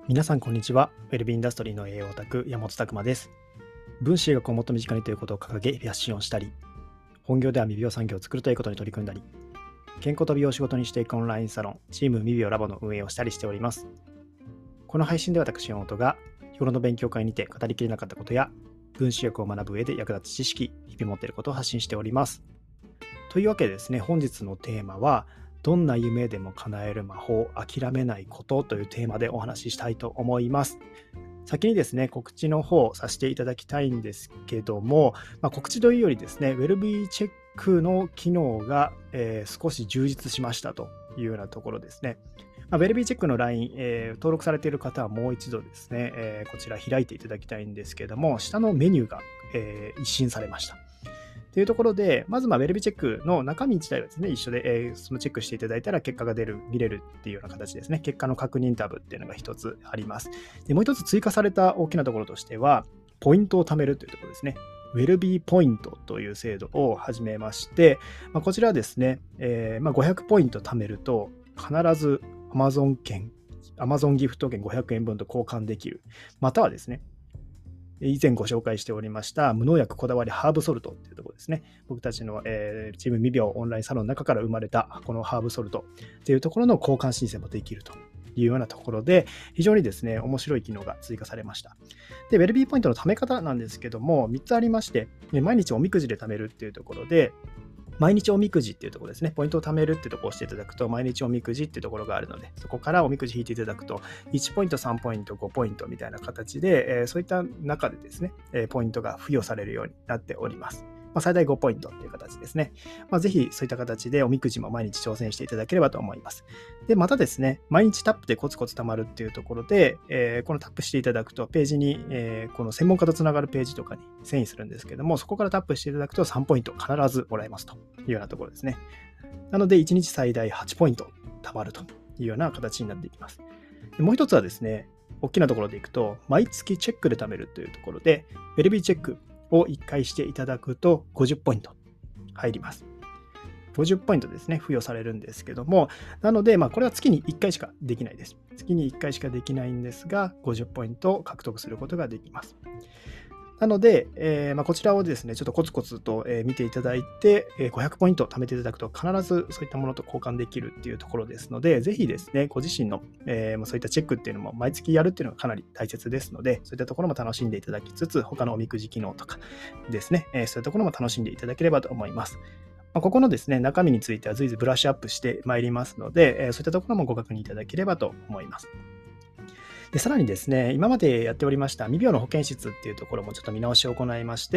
皆さんこんにちは。ウェルビーインダストリーの栄養オタク山本拓馬です。分子医学をもっと身近にということを掲げ発信をしたり、本業では未病産業を作るということに取り組んだり、健康と美容を仕事にしていくオンラインサロンチーム未病ラボの運営をしたりしております。この配信で私山本が日頃の勉強会にて語りきれなかったことや分子医学を学ぶ上で役立つ知識、日々持っていることを発信しております。というわけでですね、本日のテーマはどんな夢でも叶える魔法、諦めないことというテーマでお話ししたいと思います。先にですね、告知の方をさせていただきたいんですけども、告知というよりですね、ウェルビーチェックの機能が、少し充実しましたというようなところですね。ウェルビーチェックの LINE、登録されている方はもう一度ですね、こちら開いていただきたいんですけども、下のメニューが、一新されました。というところで、まずウェルビーチェックの中身自体はですね、一緒で、そのチェックしていただいたら結果が見れるっていうような形ですね。結果の確認タブっていうのが一つあります。で、もう一つ追加された大きなところとしては、ポイントを貯めるというところですね。ウェルビーポイントという制度を始めまして、こちらはですね、500ポイント貯めると、必ず Amazon ギフト券500円分と交換できる。またはですね、以前ご紹介しておりました無農薬こだわりハーブソルトっていうところですね。僕たちの、チーム未病オンラインサロンの中から生まれたこのハーブソルトっていうところの交換申請もできるというようなところで、非常にですね、面白い機能が追加されました。で、ウェルビーポイントの貯め方なんですけども、3つありまして、毎日おみくじで貯めるっていうところで、毎日おみくじっていうところですね。ポイントを貯めるっていうところを押していただくと、毎日おみくじっていうところがあるので、そこからおみくじ引いていただくと、1ポイント、3ポイント、5ポイントみたいな形で、そういった中でですね、ポイントが付与されるようになっております。最大5ポイントっていう形ですね。ぜひそういった形でおみくじも毎日挑戦していただければと思います。で、またですね、毎日タップでコツコツ貯まるっていうところで、このタップしていただくと、ページに、この専門家とつながるページとかに遷移するんですけども、そこからタップしていただくと3ポイント必ずもらえますというようなところですね。なので、1日最大8ポイント貯まるというような形になっていきます。でもう一つはですね、大きなところでいくと、毎月チェックで貯めるというところで、ウェルビーチェックを1回していただくと50ポイント入ります。50ポイントですね、付与されるんですけども、なので、これは月に1回しかできないです。月に1回しかできないんですが、50ポイントを獲得することができます。なので、こちらをですね、ちょっとコツコツと見ていただいて、500ポイント貯めていただくと必ずそういったものと交換できるっていうところですので、ぜひですね、ご自身の、そういったチェックっていうのも毎月やるっていうのがかなり大切ですので、そういったところも楽しんでいただきつつ、他のおみくじ機能とかですね、そういったところも楽しんでいただければと思います。ここのですね、中身については随時ブラッシュアップしてまいりますので、そういったところもご確認いただければと思います。で、さらにですね、今までやっておりました未病の保健室っていうところもちょっと見直しを行いまして、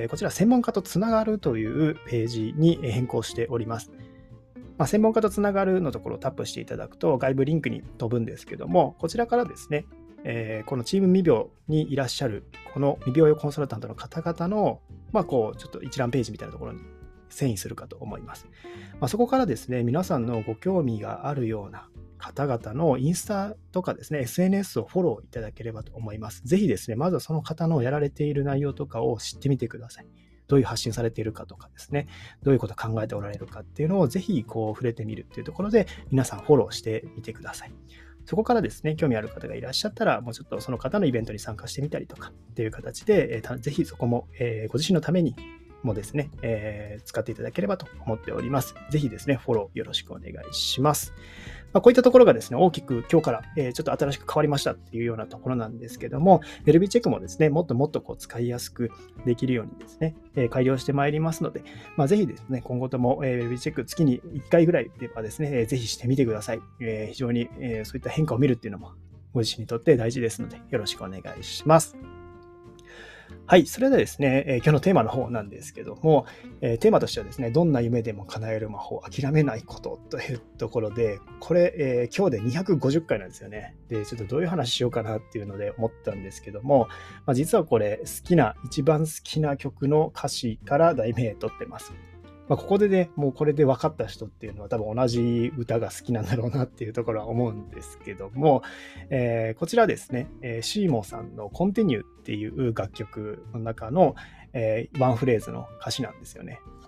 こちら専門家とつながるというページに変更しております。専門家とつながるのところをタップしていただくと外部リンクに飛ぶんですけども、こちらからですね、このチーム未病にいらっしゃるこの未病用コンサルタントの方々の、ちょっと一覧ページみたいなところに遷移するかと思います。そこからですね、皆さんのご興味があるような方々のインスタとかですね、SNS をフォローいただければと思います。ぜひですね、まずはその方のやられている内容とかを知ってみてください。どういう発信されているかとかですね、どういうことを考えておられるかっていうのをぜひ触れてみるっていうところで、皆さんフォローしてみてください。そこからですね、興味ある方がいらっしゃったら、もうちょっとその方のイベントに参加してみたりとかっていう形で、ぜひそこも、ご自身のためにもですね、使っていただければと思っております。ぜひですね、フォローよろしくお願いします。こういったところがですね、大きく今日から、ちょっと新しく変わりましたっていうようなところなんですけども、ウェルビーチェックもですね、もっともっと使いやすくできるようにですね、改良してまいりますので、ぜひですね、今後とも、ウェルビーチェック月に1回ぐらいではですね、ぜひしてみてください。非常に、そういった変化を見るっていうのもご自身にとって大事ですので、よろしくお願いします。はい、それではですね、今日のテーマの方なんですけども、テーマとしてはですね、どんな夢でも叶える魔法、諦めないことというところで、これ、今日で250回なんですよね。で、ちょっとどういう話しようかなっていうので思ったんですけども、実はこれ一番好きな曲の歌詞から題名取ってます。ここでね、もうこれで分かった人っていうのは多分同じ歌が好きなんだろうなっていうところは思うんですけども、こちらですね、シーモさんのコンティニューっていう楽曲の中の、ワンフレーズの歌詞なんですよね。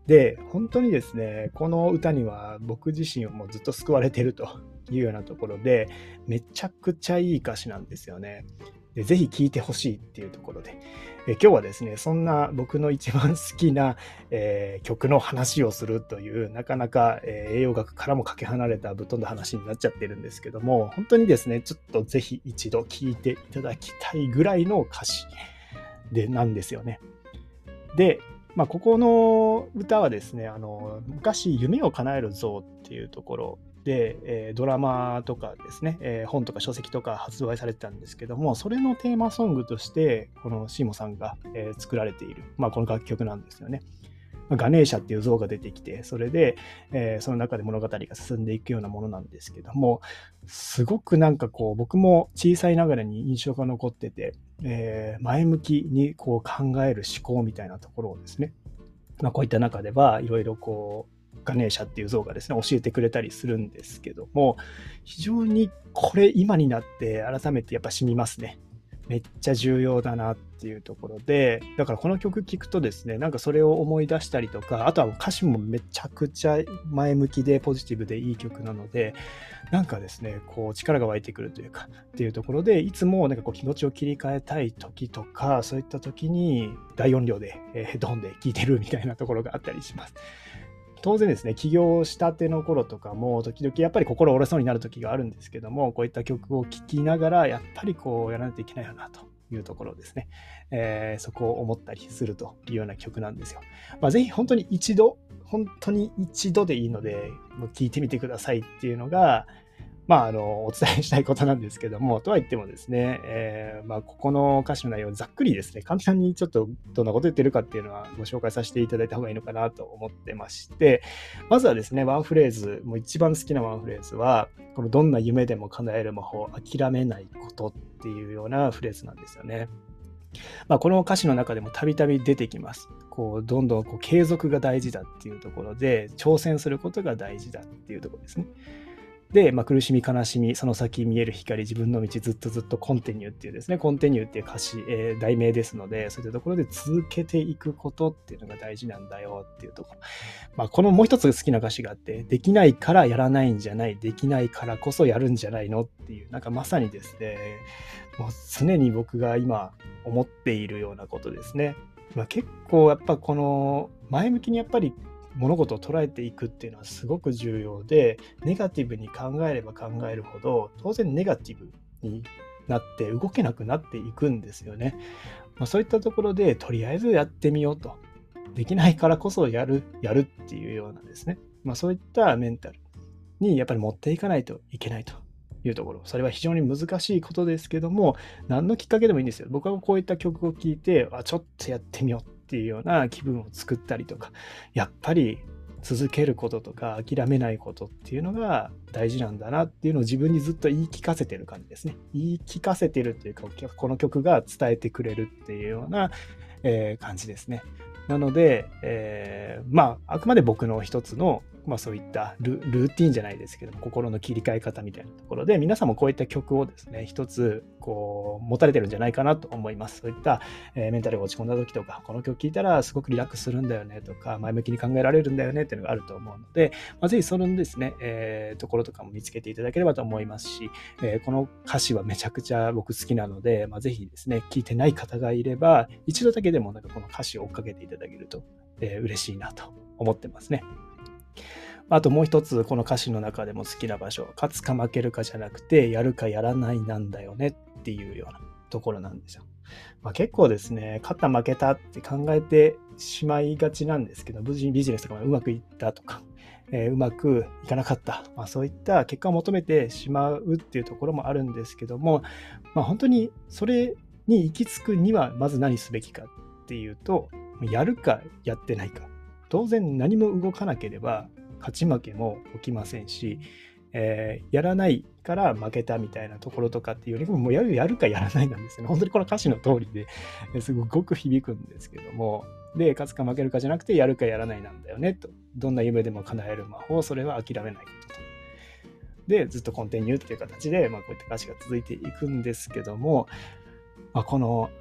で、本当にですね、この歌には僕自身をもうずっと救われているというようなところで、めちゃくちゃいい歌詞なんですよね。で、ぜひ聴いてほしいっていうところで、今日はですね、そんな僕の一番好きな、曲の話をするという、なかなか、栄養学からもかけ離れたぶっ飛んだ話になっちゃってるんですけども、本当にですね、ちょっとぜひ一度聴いていただきたいぐらいの歌詞なんですよね。で、ここの歌はですね、昔、夢を叶える像っていうところで、ドラマとかですね、本とか書籍とか発売されてたんですけども、それのテーマソングとして、このシーモさんが、作られている、この楽曲なんですよね。ガネーシャっていう像が出てきて、それで、その中で物語が進んでいくようなものなんですけども、すごくなんかこう、僕も小さいながらに印象が残ってて、前向きにこう考える思考みたいなところをですね、こういった中ではいろいろこう、ガネーシャっていう像がですね、教えてくれたりするんですけども、非常にこれ今になって改めてやっぱ染みますね。めっちゃ重要だなっていうところで、だからこの曲聴くとですね、なんかそれを思い出したりとか、あとは歌詞もめちゃくちゃ前向きでポジティブでいい曲なので、なんかですね、こう力が湧いてくるというか、っていうところで、いつもなんかこう気持ちを切り替えたい時とか、そういった時に大音量でヘッドホンで聴いてるみたいなところがあったりします。当然ですね、起業したての頃とかも、時々やっぱり心折れそうになる時があるんですけども、こういった曲を聴きながら、やっぱりこうやらないといけないよなというところですね。そこを思ったりするというような曲なんですよ。ぜひ本当に一度でいいので、聴いてみてくださいっていうのが、お伝えしたいことなんですけども、とは言ってもですね、ここの歌詞の内容をざっくりですね、簡単にちょっとどんなこと言ってるかっていうのはご紹介させていただいた方がいいのかなと思ってまして、まずはですね、ワンフレーズ、もう一番好きなワンフレーズは、このどんな夢でも叶える魔法、諦めないことっていうようなフレーズなんですよね。この歌詞の中でもたびたび出てきます。こうどんどんこう継続が大事だっていうところで、挑戦することが大事だっていうところですね。で、苦しみ、悲しみ、その先見える光、自分の道ずっとずっとコンティニューっていうですね、コンティニューっていう歌詞、題名ですので、そういったところで続けていくことっていうのが大事なんだよっていうところ。このもう一つ好きな歌詞があって、できないからやらないんじゃない、できないからこそやるんじゃないのっていう、なんかまさにですね、もう常に僕が今思っているようなことですね。結構やっぱこの前向きにやっぱり物事を捉えていくっていうのはすごく重要で、ネガティブに考えれば考えるほど、当然ネガティブになって動けなくなっていくんですよね。そういったところで、とりあえずやってみようと。できないからこそやるっていうようなですね。そういったメンタルにやっぱり持っていかないといけないというところ。それは非常に難しいことですけども、何のきっかけでもいいんですよ。僕はこういった曲を聴いて、ちょっとやってみようっていうような気分を作ったりとか、やっぱり続けることとか諦めないことっていうのが大事なんだなっていうのを自分にずっと言い聞かせてる感じですね。言い聞かせてるっていうか、この曲が伝えてくれるっていうような、感じですね。なので、あくまで僕の一つのそういったルーティンじゃないですけども、心の切り替え方みたいなところで、皆さんもこういった曲をですね、一つこう持たれてるんじゃないかなと思います。そういった、メンタルが落ち込んだ時とか、この曲聴いたらすごくリラックスするんだよねとか、前向きに考えられるんだよねっていうのがあると思うので、ぜひそのですね、ところとかも見つけていただければと思いますし、この歌詞はめちゃくちゃ僕好きなので、ぜひですね、聴いてない方がいれば、一度だけでもなんかこの歌詞を追っかけていただけると、嬉しいなと思ってますね。あともう一つ、この歌詞の中でも好きな場所、勝つか負けるかじゃなくて、やるかやらないなんだよねっていうようなところなんですよ。結構ですね、勝った負けたって考えてしまいがちなんですけど、ビジネスとかもうまくいったとか、うまくいかなかった、そういった結果を求めてしまうっていうところもあるんですけども、本当にそれに行き着くにはまず何すべきかっていうと、やるかやってないか。当然何も動かなければ勝ち負けも起きませんし、やらないから負けたみたいなところとかっていうよりも、もうやるかやらないなんですよね。本当にこの歌詞の通りですごく響くんですけども、で、勝つか負けるかじゃなくて、やるかやらないなんだよねと。どんな夢でも叶える魔法、それは諦めないことと。で、ずっとコンティニューっていう形で、こういった歌詞が続いていくんですけども、この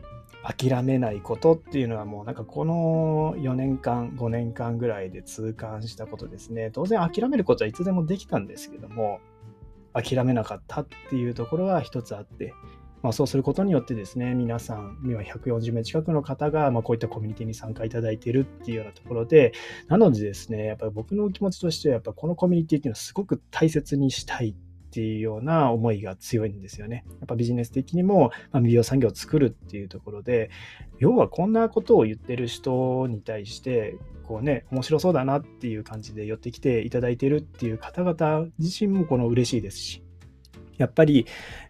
諦めないことっていうのはもうなんかこの4年間、5年間ぐらいで痛感したことですね。当然諦めることはいつでもできたんですけども、諦めなかったっていうところは一つあって、そうすることによってですね、皆さん、今140名近くの方が、こういったコミュニティに参加いただいているっていうようなところで、なのでですね、やっぱり僕の気持ちとしては、やっぱこのコミュニティっていうのはすごく大切にしたいっていうような思いが強いんですよね。やっぱビジネス的にも、美容産業を作るっていうところで、要はこんなことを言ってる人に対して、面白そうだなっていう感じで寄ってきていただいているっていう方々自身も嬉しいですし、やっぱり、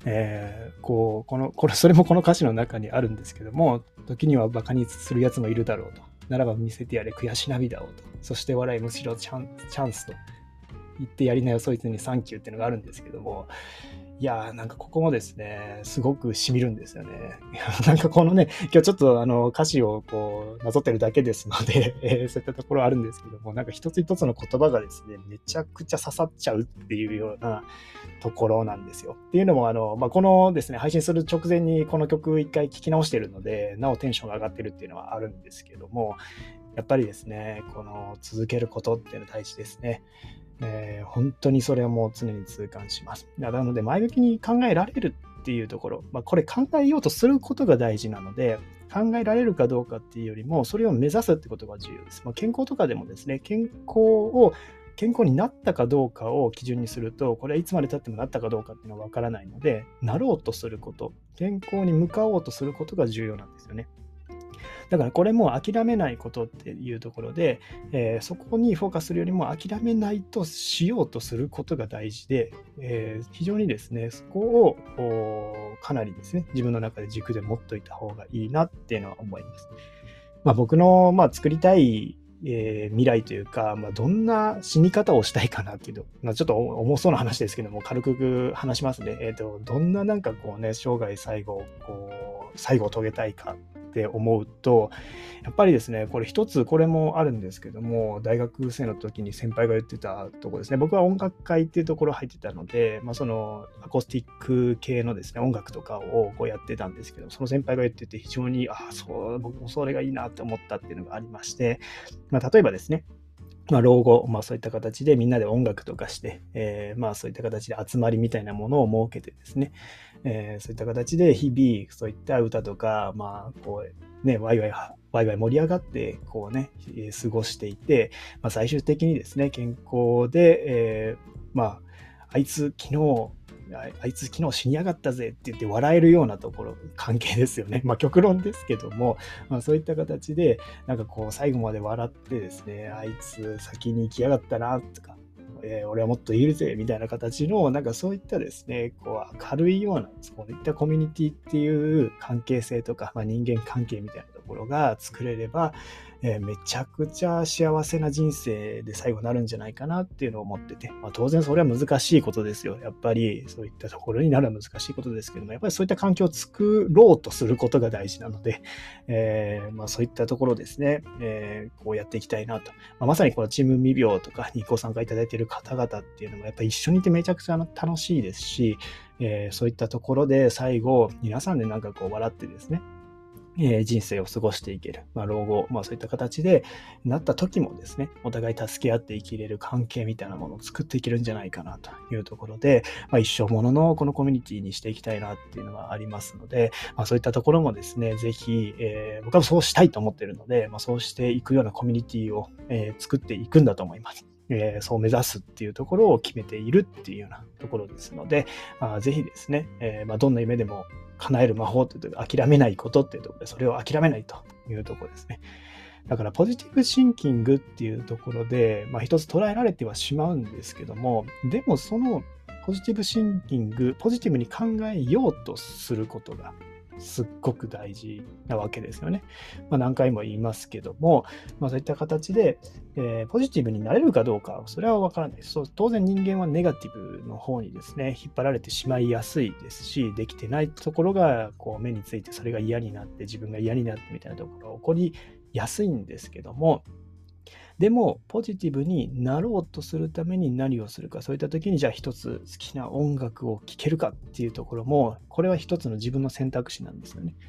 それもこの歌詞の中にあるんですけども、時にはバカにするやつもいるだろうと。ならば見せてやれ悔し涙をと。そして笑いむしろチャンスと言ってやりなよそいつにサンキューっていうのがあるんですけども、いやーなんかここもですね、すごく染みるんですよね。なんかこのね、今日ちょっと歌詞をなぞってるだけですので、そういったところあるんですけども、なんか一つ一つの言葉がですね、めちゃくちゃ刺さっちゃうっていうようなところなんですよ。っていうのもこのですね、配信する直前にこの曲一回聴き直してるので、なおテンションが上がってるっていうのはあるんですけども、やっぱりですね、この続けることっていうのは大事ですね。本当にそれはもう常に痛感します。なので前向きに考えられるっていうところ、これ考えようとすることが大事なので、考えられるかどうかっていうよりも、それを目指すってことが重要です。健康とかでもですね、健康になったかどうかを基準にすると、これはいつまで経ってもなったかどうかっていうのは分からないので、なろうとすること、健康に向かおうとすることが重要なんですよね。だからこれも諦めないことっていうところで、そこにフォーカスするよりも諦めないとしようとすることが大事で、非常にですね、そこをかなりですね、自分の中で軸で持っといた方がいいなっていうのは思います。僕の作りたい未来というか、どんな死に方をしたいかなっていうと、ちょっと重そうな話ですけども、軽く話しますね。どんな生涯最後を遂げたいかって思うと、やっぱりですね、これもあるんですけども、大学生の時に先輩が言ってたところですね。僕は音楽会っていうところ入ってたので、そのアコースティック系のですね、音楽とかをやってたんですけど、その先輩が言ってて非常に、僕もそれがいいなって思ったっていうのがありまして、例えばですね、老後、そういった形でみんなで音楽とかして、そういった形で集まりみたいなものを設けてですね、そういった形で日々そういった歌とか、ワイワイ盛り上がって過ごしていて、最終的にですね、健康で、あいつ昨日死にやがったぜって言って笑えるようなところ、関係ですよね。極論ですけども、そういった形で、最後まで笑ってですね、あいつ先に行きやがったな、とか、俺はもっといるぜ、みたいな形の、そういったですね、明るいような、そういったコミュニティっていう関係性とか、人間関係みたいなところが作れれば、めちゃくちゃ幸せな人生で最後になるんじゃないかなっていうのを思ってて、当然それは難しいことですよ。やっぱりそういったところになるのは難しいことですけども、やっぱりそういった環境を作ろうとすることが大事なので、そういったところですね、やっていきたいなと。まさにこのチーム未病とかにご参加いただいている方々っていうのもやっぱり一緒にいてめちゃくちゃ楽しいですし、そういったところで最後皆さんで笑ってですね、人生を過ごしていける、老後、そういった形でなった時もですね、お互い助け合って生きれる関係みたいなものを作っていけるんじゃないかなというところで、一生もののこのコミュニティにしていきたいなっていうのはありますので、そういったところもですね、ぜひ、僕はそうしたいと思っているので、そうしていくようなコミュニティを、作っていくんだと思います。そう目指すっていうところを決めているっていうようなところですので、ぜひですね、どんな夢でも叶える魔法というと諦めないことっていうところで、それを諦めないというところですね。だからポジティブシンキングっていうところで、一つ捉えられてはしまうんですけども、でもそのポジティブシンキング、ポジティブに考えようとすることがすっごく大事なわけですよね。何回も言いますけども、そういった形で、ポジティブになれるかどうか、それは分からないです。当然人間はネガティブの方にですね、引っ張られてしまいやすいですし、できてないところが目についてそれが嫌になって、自分が嫌になってみたいなところが起こりやすいんですけども、でもポジティブになろうとするために何をするか、そういった時にじゃあ一つ好きな音楽を聴けるかっていうところも、これは一つの自分の選択肢なんですよね。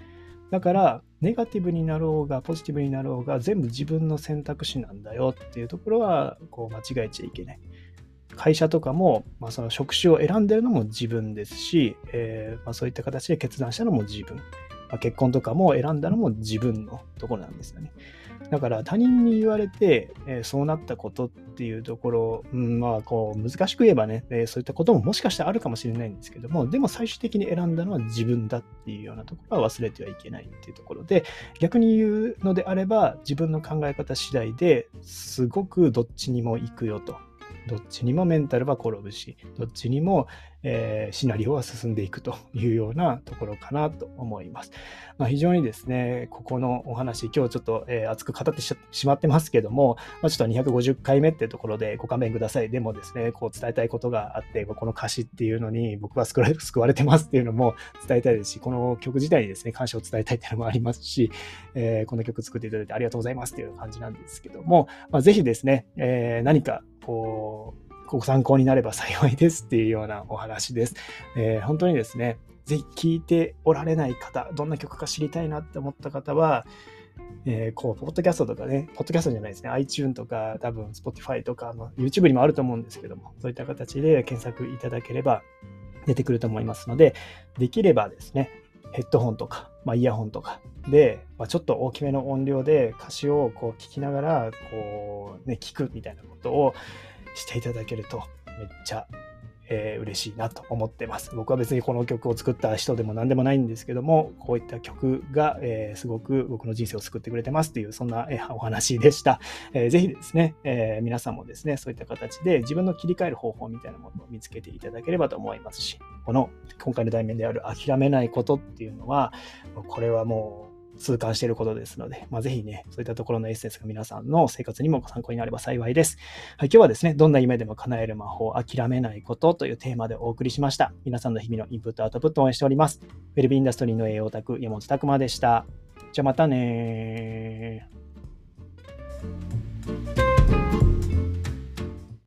だからネガティブになろうがポジティブになろうが全部自分の選択肢なんだよっていうところはこう間違えちゃいけない。会社とかも、その職種を選んでるのも自分ですし、そういった形で決断したのも自分。結婚とかも選んだのも自分のところなんですよね。だから他人に言われて、そうなったことっていうところ、こう難しく言えばね、そういったことももしかしたらあるかもしれないんですけども、でも最終的に選んだのは自分だっていうようなところは忘れてはいけないっていうところで、逆に言うのであれば、自分の考え方次第ですごくどっちにも行くよと。どっちにもメンタルは転ぶし、どっちにも、シナリオは進んでいくというようなところかなと思います。非常にですね、ここのお話、今日ちょっと、熱く語ってしまってますけども、ちょっと250回目っていうところでご勘弁ください。でもですね、こう伝えたいことがあって、この歌詞っていうのに僕は救われてますっていうのも伝えたいですし、この曲自体にですね、感謝を伝えたいっていうのもありますし、この曲作っていただいてありがとうございますっていう感じなんですけども、ぜひですね、何かご参考になれば幸いですっていうようなお話です。本当にですね、ぜひ聴いておられない方、どんな曲か知りたいなって思った方は、ポッドキャストとかね、ポッドキャストじゃないですね、iTunes とか、多分 Spotify とか、YouTube にもあると思うんですけども、そういった形で検索いただければ出てくると思いますので、できればですね、ヘッドホンとか、イヤホンとかで、ちょっと大きめの音量で歌詞をこう聞きながら、聞くみたいなことをしていただけるとめっちゃ、嬉しいなと思ってます。僕は別にこの曲を作った人でも何でもないんですけども、こういった曲が、すごく僕の人生を救ってくれてますっていう、そんな、お話でした。ぜひですね、皆さんもですね、そういった形で自分の切り替える方法みたいなものを見つけていただければと思いますし、今回の題名である諦めないことっていうのは、これはもう痛感していることですので、ぜひね、そういったところのエッセンスが皆さんの生活にもご参考になれば幸いです。はい、今日はですね、どんな夢でも叶える魔法、諦めないことというテーマでお送りしました。皆さんの日々のインプット、アウトプットを応援しております。ウェルビーインダストリーの栄養オタク、山本拓馬でした。じゃあまたね。